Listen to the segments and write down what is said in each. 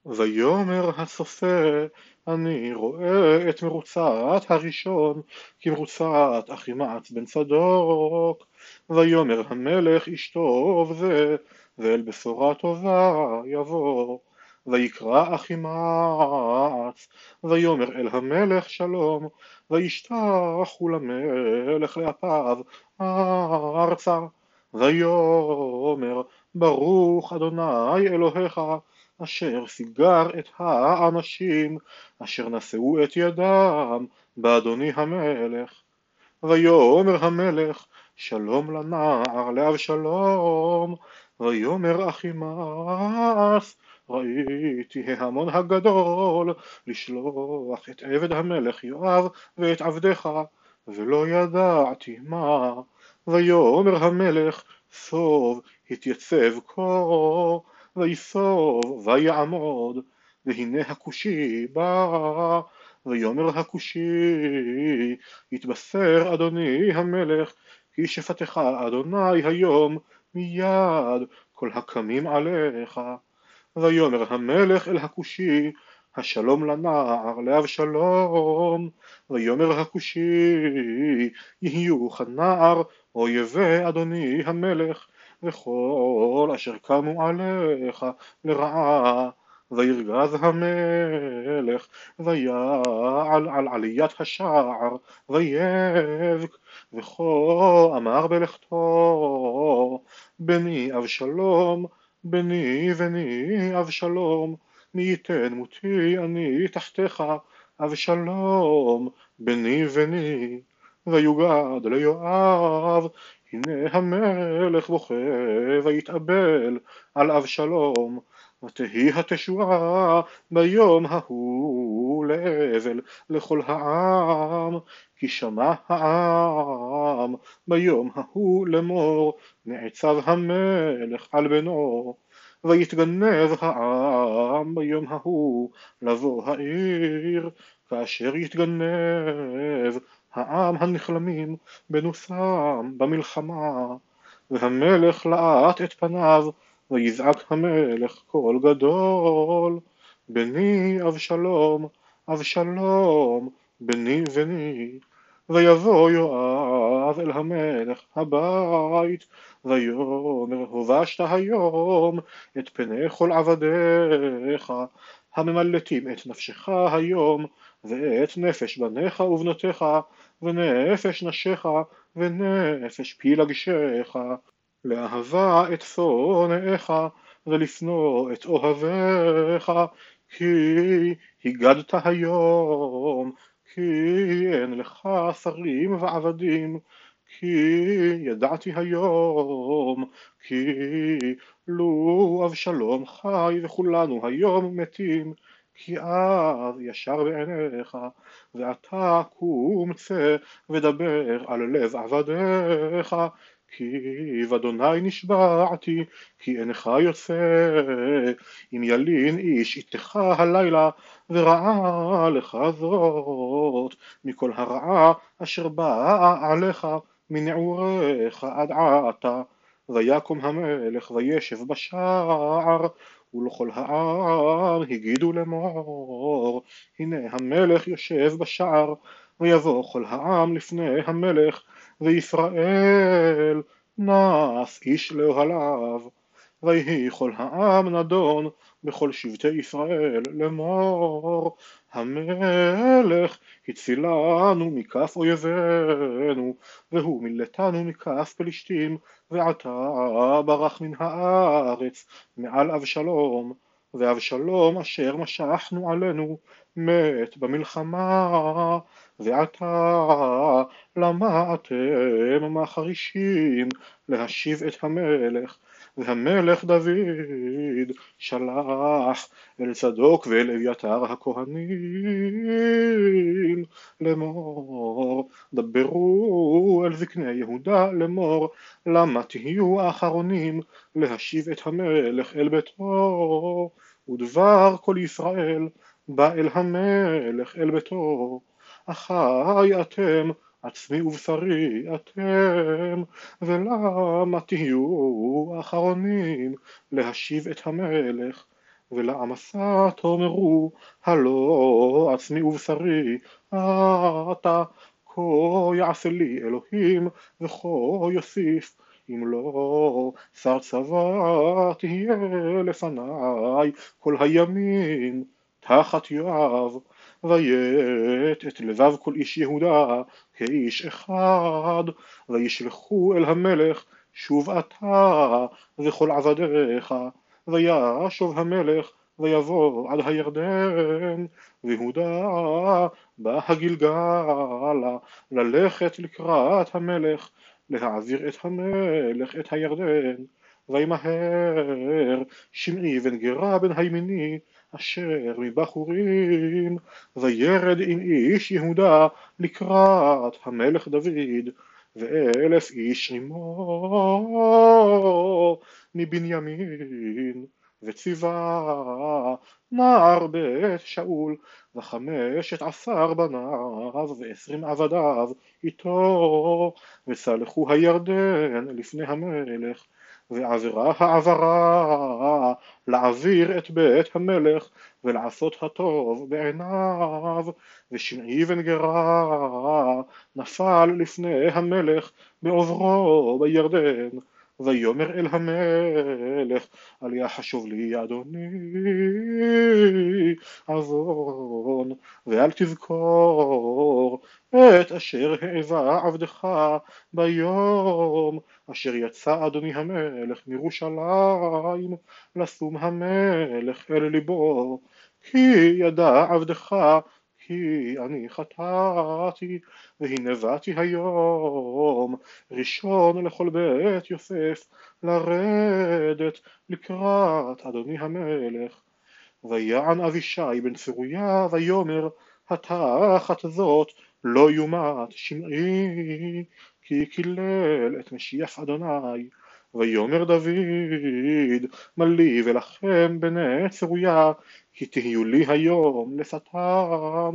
ויאמר הצופה, אני רואה את מרוצת הראשון כמרוצת אחימעץ בן צדוק. ויאמר המלך איש טוב זה, ואל בשורה טובה יבוא. ויקרא אחימעץ, ויאמר אל המלך שלום, וישתחו למלך לאפיו ארצה. ויאמר ברוך אדוני אלוהיך, אשר סיגר את האנשים אשר נשאו את ידם באדוני המלך. ויאמר המלך שלום לנער לאבשלום. ויאמר אחימעץ, ראיתי ההמון הגדול לשלוח את עבד המלך יואב ואת עבדך, ולא ידעתי מה. ויאמר המלך סוב התייצב כה, ויסוב ויעמוד, והנה הכושי בא. ויאמר הכושי, התבשר אדוני המלך, כי שפתך אדוני היום מיד כל הקמים עליך. ויאמר המלך אל הכושי, השלום לנער לאבשלום. ויאמר הכושי, יהיו כנער אויבי אדוני המלך, וכל אשר קמו עליך לרעה. וירגז המלך, ויעל על עליית השער, ויבק, וכה אמר בלכתו, בני אבשלום, בני אבשלום, מי ייתן מותי אני תחתיך, אבשלום, בני. ויוגד ליואב, הנה המלך בוכה ויתאבל על אבשלום. ותהי התשועה ביום ההוא לאבל לכל העם, כי שמע העם ביום ההוא לאמור, נעצב המלך על בנו. ויתגנב העם ביום ההוא לבוא העיר, כאשר יתגנב העם הנכלמים בנוסם במלחמה. והמלך לאט את פניו, ויזעק המלך קול גדול, בני אבשלום, אבשלום, בני. ויבוא יואב אל המלך הבית, ויאמר הובשת היום את פני כל עבדיך, הממלטים את נפשך היום, ואת נפש בניך ובנותיך, ונפש נשיך, ונפש פילגשך, לאהבה את שונאיך, ולשנוא את אוהביך, כי הגדת היום, כי אין לך שרים ועבדים, כי ידעתי היום, כי לו אבשלום חי וכולנו היום מתים, כי אז ישר בעיניך, ואתה קום צא ודבר על לב עבדיך, כי באדוני נשבעתי, כי אינך יוצא, אם ילין איש איתך הלילה, ורעה לך זאת, מכל הרעה אשר באה עליך, מנעוריך עד עתה. ויקום המלך וישב בשער, ולכל העם הגידו לאמור, הנה המלך יושב בשער. ויבוא כל העם לפני המלך, וישראל נס איש לאוהליו. ויהי כל העם נדון בכל שבטי ישראל לאמור, המלך הצילנו מכף אויבינו, והוא מילתנו מכף פלישתים, ועתה ברח מן הארץ מעל אבשלום. ואבשלום אשר משחנו עלינו מת במלחמה, ועתה למה אתם מחרישים להשיב את המלך? והמלך דוד שלח אל צדוק ואל אביתר הכהנים לאמור, דברו אל זקני יהודה לאמור, למה תהיו האחרונים להשיב את המלך אל ביתו? ודבר כל ישראל בא אל המלך אל ביתו. אחי אתם, עצמי ובשרי אתם, ולמה תהיו אחרונים להשיב את המלך? ולעמסה תאמרו, הלא עצמי ובשרי, אתה כה יעשה לי אלוהים, וכה יוסיף, אם לא שר צבא תהיה לפניי כל הימים תחת יואב. ויית את לבב כל איש יהודה כאיש אחד, וישלחו אל המלך שוב אתה וכל עבדיך, וישוב המלך ויבוא עד הירדן, ויהודה בא הגלגלה ללכת לקראת המלך, להעביר את המלך את הירדן. וימהר שמעי בן גרה בן הימיני אשר מבחורים, וירד עם איש יהודה לקראת המלך דוד, ו1,000 איש עמו מבנימין. וציווה נער בית שאול, ו15 בניו, ו20 עבדיו איתו, וסלחו הירדן לפני המלך. ועברה העברה להעביר את בית המלך ולעשות הטוב בעיניו. ושמעי בן גרה נפל לפני המלך בעוברו בירדן, ויאמר אל המלך, אל יחשוב לי אדוני עוון, ואל תזכור את אשר העבה עבדך ביום אשר יצא אדוני המלך מירושלים, לשום המלך אל ליבו, כי ידע עבדך כי אני חטאתי, והנה באתי היום ראשון לכל בית יוסף לרדת לקראת אדוני המלך. ויען אבישי בן צרויה ויאמר, התחת זאת לא יומת שמעי, כי קילל את משיח אדוני. ויאמר דוד, מה לי ולכם בני צרויה, כי תהיו לי היום לשטן.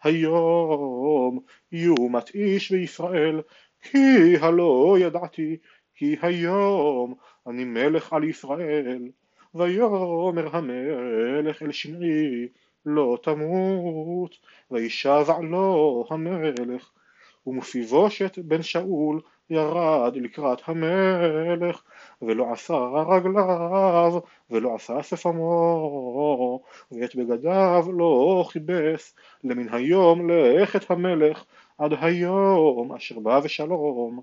היום יומת איש בישראל, כי הלא ידעתי, כי היום אני מלך על ישראל. ויאמר המלך אל שמעי, לא תמות, וישבע לו המלך. ומפיבושת בן שאול ירד לקראת המלך, ולא עשה רגליו, ולא עשה שפמו, ואת בגדיו לא כיבס, למן היום לכת המלך עד היום אשר בא בשלום.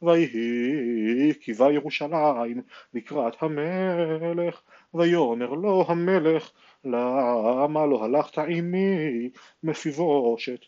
ויהי כי בא ירושלים לקראת המלך, ויאמר לו המלך, למה לא הלכת עמי מפיבושת?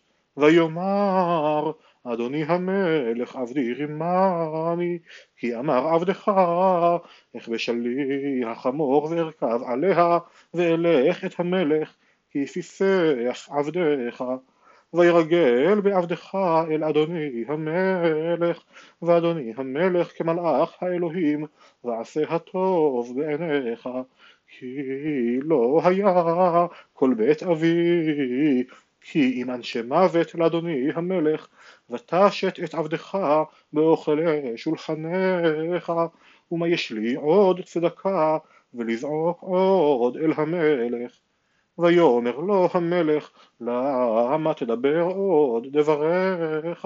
ויאמר, אדוני המלך עבדי רימני, כי אמר עבדך, אכבש לי החמור וארכב עליה, ואלך את המלך, כי פיסח עבדך. וירגל בעבדך אל אדוני המלך, ואדוני המלך כמלאך האלוהים, ועשה הטוב בעיניך, כי לא היה כל בית אבי כי אם אנשי מוות לאדוני המלך, ותשת את עבדך באוכלי שולחנך. ומה יש לי עוד צדקה ולזעוק עוד אל המלך? ויאמר לו המלך, למה תדבר עוד דבריך?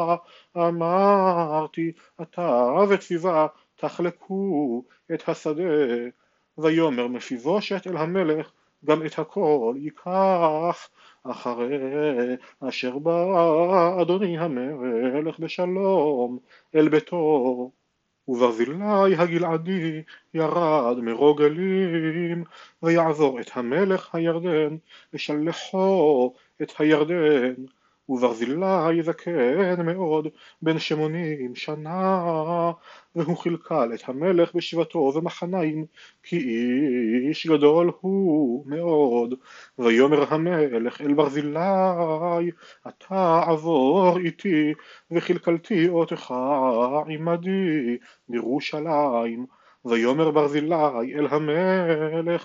אמרתי, אתה וציווה תחלקו את השדה. ויאמר מפיבושת אל המלך, גם את הכל ייקח, אחרי אשר בא אדוני המלך בשלום אל ביתו. וברזילי הגלעדי ירד מרוגלים, ויעבור את המלך הירדן, ושלחו את הירדן. וברזילי זקן מאוד, בן 80 שנה, והוא חלקל את המלך בשבטו ומחניים, כי איש גדול הוא מאוד. ויאמר המלך אל ברזילי, אתה עבור איתי, וחלקלתי אותך עמדי בירושלים. ויאמר ברזילי אל המלך,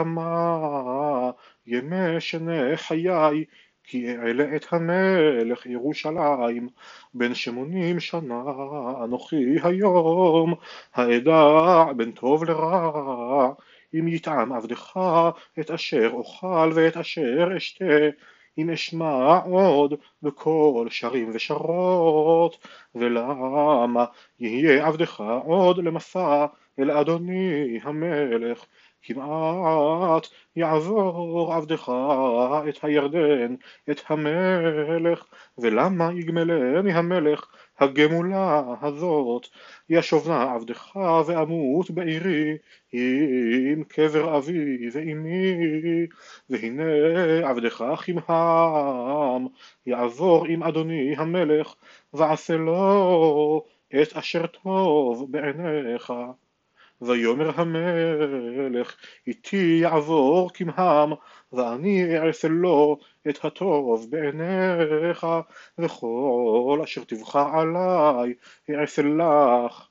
כמה ימי שני חיי, כי אעלה את המלך ירושלים, בן 80 שנה אנוכי היום, העדה בין טוב לרע, אם יטעם עבדך את אשר אוכל ואת אשר אשתה, אם אשמע עוד בקול שרים ושרות, ולמה יהיה עבדך עוד למסע אל אדוני המלך, כמעט יעבור עבדך את הירדן את המלך, ולמה יגמלני המלך הגמולה הזאת, ישובנה עבדך ואמות בעירי עם קבר אבי ואמי, והנה עבדך כמהם יעבור עם אדוני המלך, ועשה לו את אשר טוב בעיניך. ויאמר המלך איתי יעבור כמהם, ואני אעשה לו את הטוב בעיניך, וכל אשר תבחר עלי אעשה לך,